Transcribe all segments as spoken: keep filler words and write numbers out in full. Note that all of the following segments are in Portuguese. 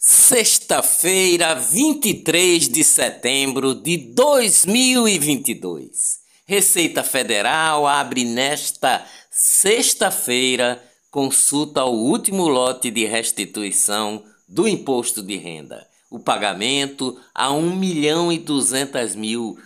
Sexta-feira, vinte e três de setembro de dois mil e vinte e dois. Receita Federal abre nesta sexta-feira consulta ao último lote de restituição do imposto de renda. O pagamento a um milhão e duzentas mil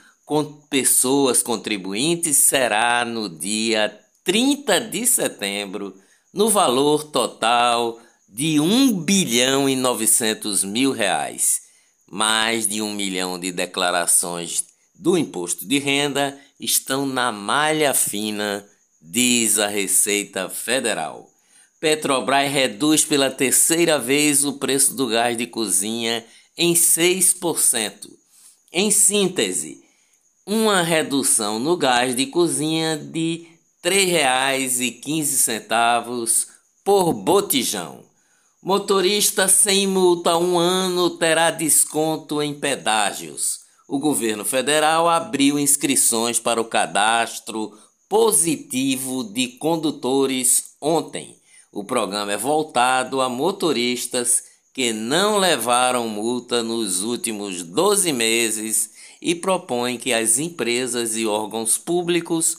pessoas contribuintes será no dia trinta de setembro, no valor total de um bilhão e novecentos mil reais. Mais de um milhão de declarações do imposto de renda estão na malha fina, diz a Receita Federal. Petrobras reduz pela terceira vez o preço do gás de cozinha em seis por cento. Em síntese, uma redução no gás de cozinha de três reais e quinze centavos por botijão. Motorista sem multa há um ano terá desconto em pedágios. O governo federal abriu inscrições para o cadastro positivo de condutores ontem. O programa é voltado a motoristas que não levaram multa nos últimos doze meses e propõe que as empresas e órgãos públicos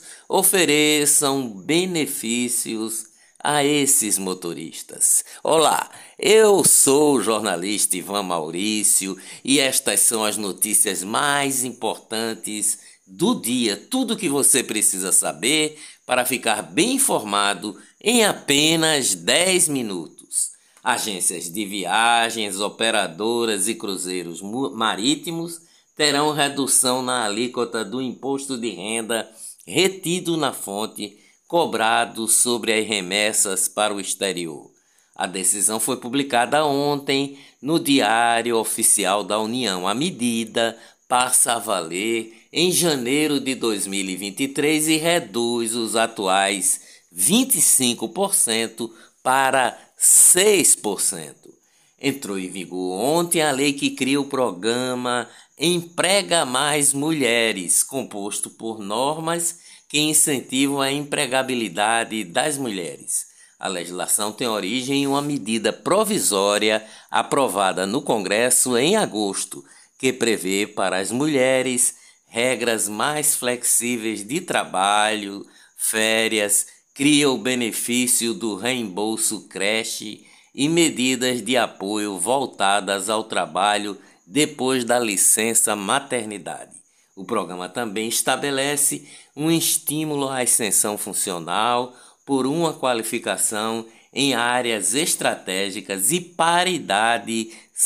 ofereçam benefícios a esses motoristas. Olá, eu sou o jornalista Ivan Maurício e estas são as notícias mais importantes do dia. Tudo o que você precisa saber para ficar bem informado em apenas dez minutos. Agências de viagens, operadoras e cruzeiros marítimos terão redução na alíquota do imposto de renda retido na fonte cobrado sobre as remessas para o exterior. A decisão foi publicada ontem no Diário Oficial da União. A medida passa a valer em janeiro de dois mil e vinte e três e reduz os atuais vinte e cinco por cento para seis por cento. Entrou em vigor ontem a lei que cria o programa Emprega Mais Mulheres, composto por normas que incentivam a empregabilidade das mulheres. A legislação tem origem em uma medida provisória aprovada no Congresso em agosto, que prevê para as mulheres regras mais flexíveis de trabalho, férias, cria o benefício do reembolso creche e medidas de apoio voltadas ao trabalho depois da licença maternidade. O programa também estabelece um estímulo à ascensão funcional por uma qualificação em áreas estratégicas e paridade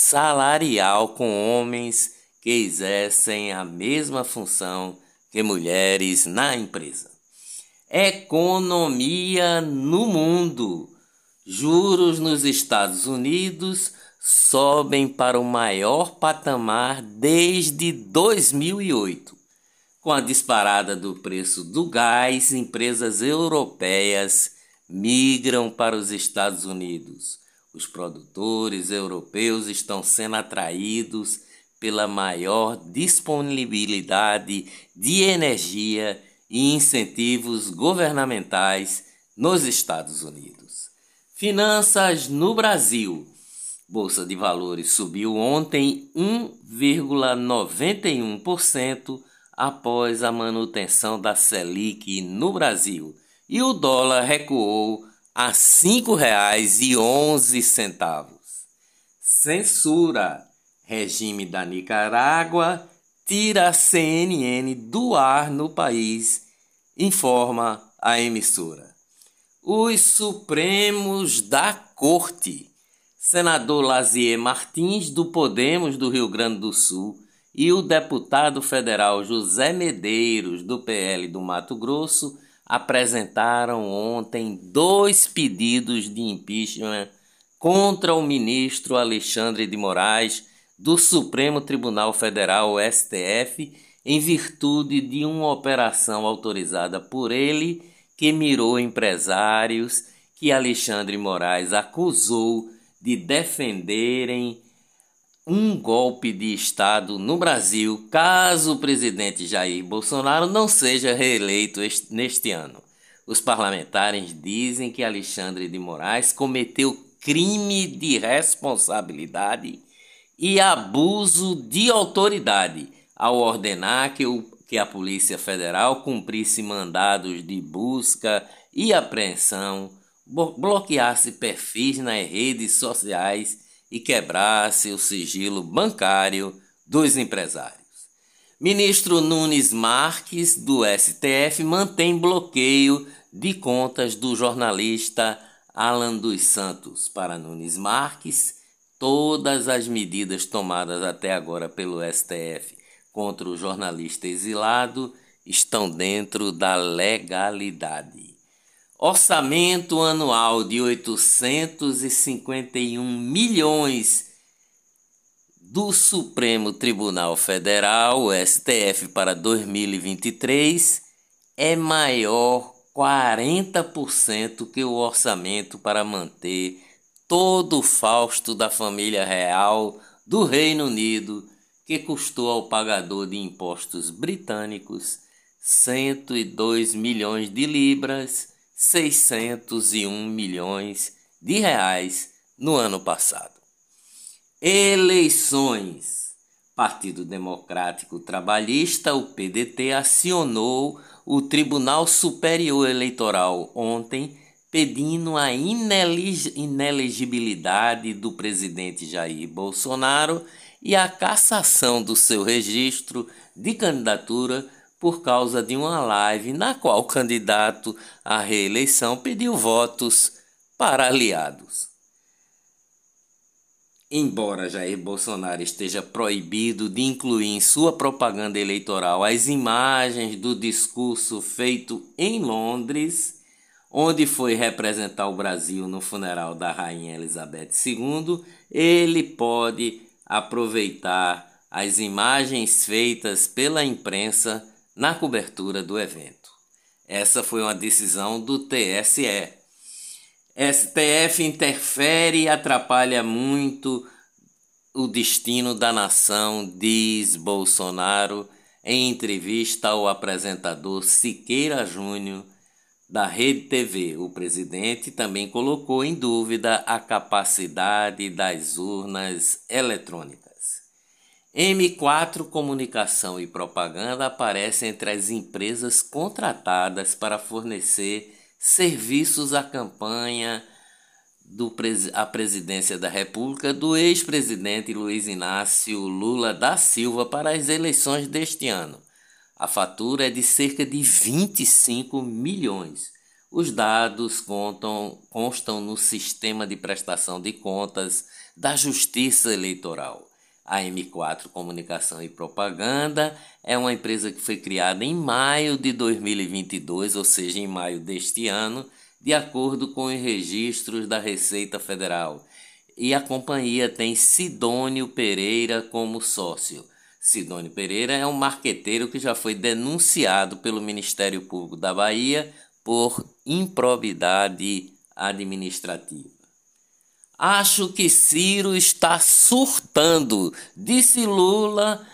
salarial com homens que exercem a mesma função que mulheres na empresa. Economia no mundo. Juros nos Estados Unidos sobem para o maior patamar desde dois mil e oito. Com a disparada do preço do gás, empresas europeias migram para os Estados Unidos. Os produtores europeus estão sendo atraídos pela maior disponibilidade de energia e incentivos governamentais nos Estados Unidos. Finanças no Brasil. Bolsa de Valores subiu ontem um vírgula noventa e um por cento após a manutenção da Selic no Brasil e o dólar recuou a cinco reais e onze centavos. Censura. Regime da Nicarágua tira a C N N do ar no país, informa a emissora. Os Supremos da Corte. Senador Lazier Martins, do Podemos do Rio Grande do Sul, e o deputado federal José Medeiros, do P L do Mato Grosso, apresentaram ontem dois pedidos de impeachment contra o ministro Alexandre de Moraes, do Supremo Tribunal Federal, o S T F, em virtude de uma operação autorizada por ele que mirou empresários que Alexandre de Moraes acusou de defenderem um golpe de Estado no Brasil, caso o presidente Jair Bolsonaro não seja reeleito este, neste ano. Os parlamentares dizem que Alexandre de Moraes cometeu crime de responsabilidade e abuso de autoridade ao ordenar que, o, que a Polícia Federal cumprisse mandados de busca e apreensão, bloqueasse perfis nas redes sociais e quebrasse o sigilo bancário dos empresários. Ministro Nunes Marques, do S T F, mantém bloqueio de contas do jornalista Alan dos Santos. Para Nunes Marques, todas as medidas tomadas até agora pelo S T F contra o jornalista exilado estão dentro da legalidade. Orçamento anual de oitocentos e cinquenta e um milhões do Supremo Tribunal Federal, o S T F, para dois mil e vinte e três é maior quarenta por cento que o orçamento para manter todo o fausto da família real do Reino Unido, que custou ao pagador de impostos britânicos cento e dois milhões de libras, seiscentos e um milhões de reais no ano passado. Eleições. Partido Democrático Trabalhista, o P D T, acionou o Tribunal Superior Eleitoral ontem, pedindo a inelegibilidade do presidente Jair Bolsonaro e a cassação do seu registro de candidatura por causa de uma live na qual o candidato à reeleição pediu votos para aliados. Embora Jair Bolsonaro esteja proibido de incluir em sua propaganda eleitoral as imagens do discurso feito em Londres, onde foi representar o Brasil no funeral da Rainha Elizabeth segunda, ele pode aproveitar as imagens feitas pela imprensa na cobertura do evento. Essa foi uma decisão do T S E. S T F interfere e atrapalha muito o destino da nação, diz Bolsonaro em entrevista ao apresentador Siqueira Júnior da Rede T V. O presidente também colocou em dúvida a capacidade das urnas eletrônicas. M quatro Comunicação e Propaganda aparece entre as empresas contratadas para fornecer serviços à campanha do à presidência da República do ex-presidente Luiz Inácio Lula da Silva para as eleições deste ano. A fatura é de cerca de vinte e cinco milhões. Os dados contam, constam no Sistema de Prestação de Contas da Justiça Eleitoral. A M quatro Comunicação e Propaganda é uma empresa que foi criada em maio de dois mil e vinte e dois, ou seja, em maio deste ano, de acordo com os registros da Receita Federal. E a companhia tem Sidônio Pereira como sócio. Sidônio Pereira é um marqueteiro que já foi denunciado pelo Ministério Público da Bahia por improbidade administrativa. Acho que Ciro está surtando, disse Lula,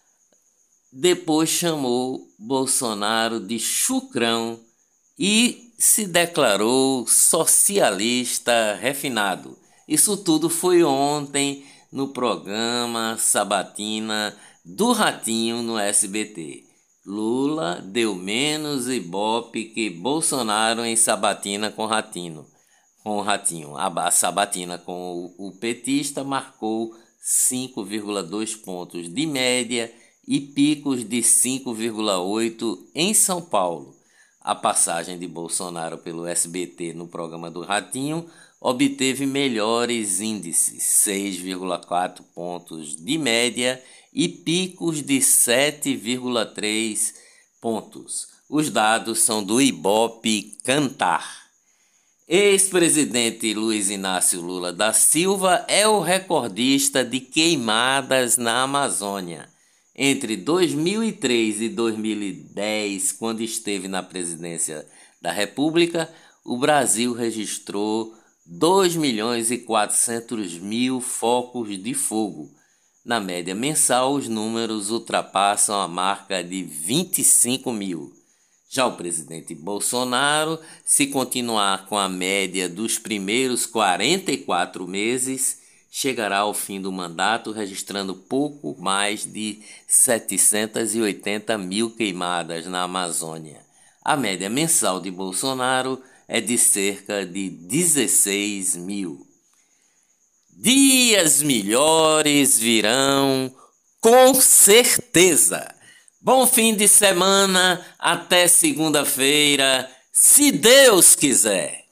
depois chamou Bolsonaro de chucrão e se declarou socialista refinado. Isso tudo foi ontem no programa Sabatina do Ratinho no S B T. Lula deu menos ibope que Bolsonaro em Sabatina com Ratinho. Com o Ratinho. A sabatina com o, o petista marcou cinco vírgula dois pontos de média e picos de cinco vírgula oito em São Paulo. A passagem de Bolsonaro pelo S B T no programa do Ratinho obteve melhores índices, seis vírgula quatro pontos de média e picos de sete vírgula três pontos. Os dados são do Ibope Cantar. Ex-presidente Luiz Inácio Lula da Silva é o recordista de queimadas na Amazônia. Entre dois mil e três e dois mil e dez, quando esteve na presidência da República, o Brasil registrou dois milhões e quatrocentos mil focos de fogo. Na média mensal, os números ultrapassam a marca de vinte e cinco mil. Já o presidente Bolsonaro, se continuar com a média dos primeiros quarenta e quatro meses, chegará ao fim do mandato registrando pouco mais de setecentas e oitenta mil queimadas na Amazônia. A média mensal de Bolsonaro é de cerca de dezesseis mil. Dias melhores virão, com certeza. Bom fim de semana, até segunda-feira, se Deus quiser.